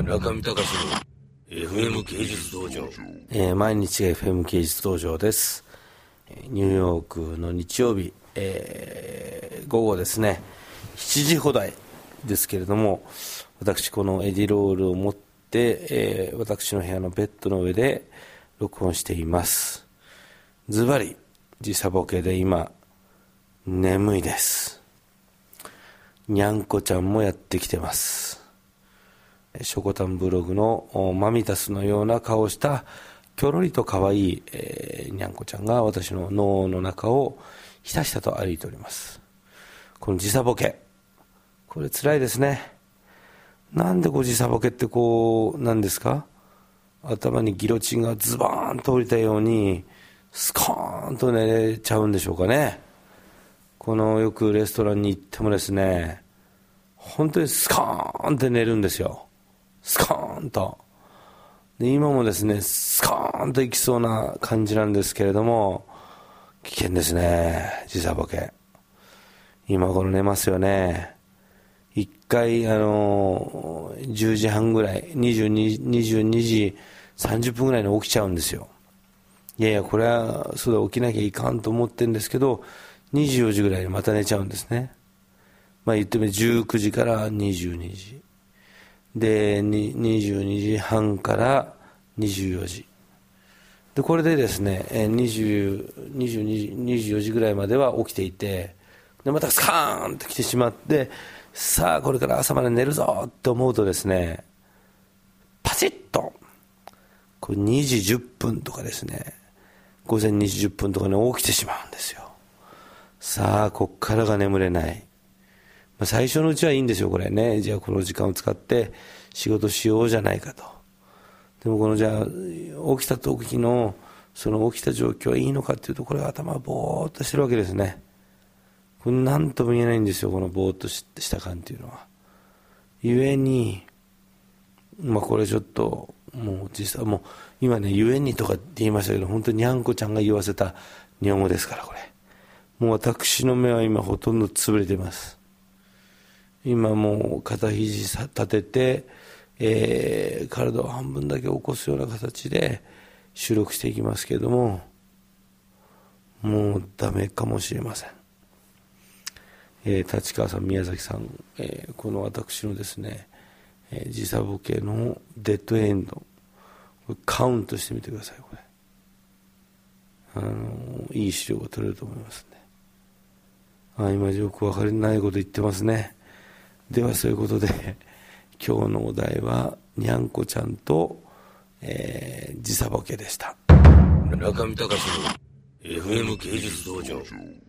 中見隆の FM 芸術道場。 毎日が FM 芸術道場です。ニューヨークの日曜日、午後ですね、7時ほどですけれども、私このエディロールを持って、私の部屋のベッドの上で録音しています。ズバリ時差ボケで今眠いです。にゃんこちゃんもやってきてます。ショコタンブログのマミタスのような顔をしたきょろりと可愛い、にゃんこちゃんが私の脳の中をひたひたと歩いております。この時差ボケ、これ辛いですね。なんで時差ボケってなんですか、頭にギロチンがズバーンと降りたようにスコーンと寝れちゃうんでしょうかね。よくレストランに行ってもですね、本当にスコーンって寝るんですよ。スコーンと。で、今もですね、スコーンといきそうな感じなんですけれども、危険ですね、時差ボケ。今頃寝ますよね。一回、10時半ぐらい、22時30分ぐらいに起きちゃうんですよ。いやいや、これは、そうだ、起きなきゃいかんと思ってるんですけど、24時ぐらいにまた寝ちゃうんですね。言ってみれば19時から22時。で、22時半から24時。で、これでですね、24時ぐらいまでは起きていて、で、またスカーンと来てしまって、さあ、これから朝まで寝るぞって思うとですね、パチッと、2時10分とかですね、午前2時10分とかに起きてしまうんですよ。さあ、こっからが眠れない。最初のうちはいいんですよ、これね。じゃあこの時間を使って仕事しようじゃないかと。でもじゃあ起きた時のその起きた状況はいいのかっていうと、これは頭がぼーっとしてるわけですね。これ何とも言えないんですよ、このぼーっとした感っていうのは。ゆえに、これちょっともう実際もう今ね、ゆえにとかって言いましたけど、本当ににゃんこちゃんが言わせた日本語ですから、これ。もう私の目は今ほとんど潰れています。今もう肩肘立てて、体を半分だけ起こすような形で収録していきますけれども、もうダメかもしれません。立川さん、宮崎さん、この私のですね、時差ボケのデッドエンド、これカウントしてみてください。これいい資料が取れると思いますね。今よく分かりないこと言ってますね。ではそういうことで、今日のお題はにゃんこちゃんと、時差ボケでした。 中見隆の FM 芸術道場。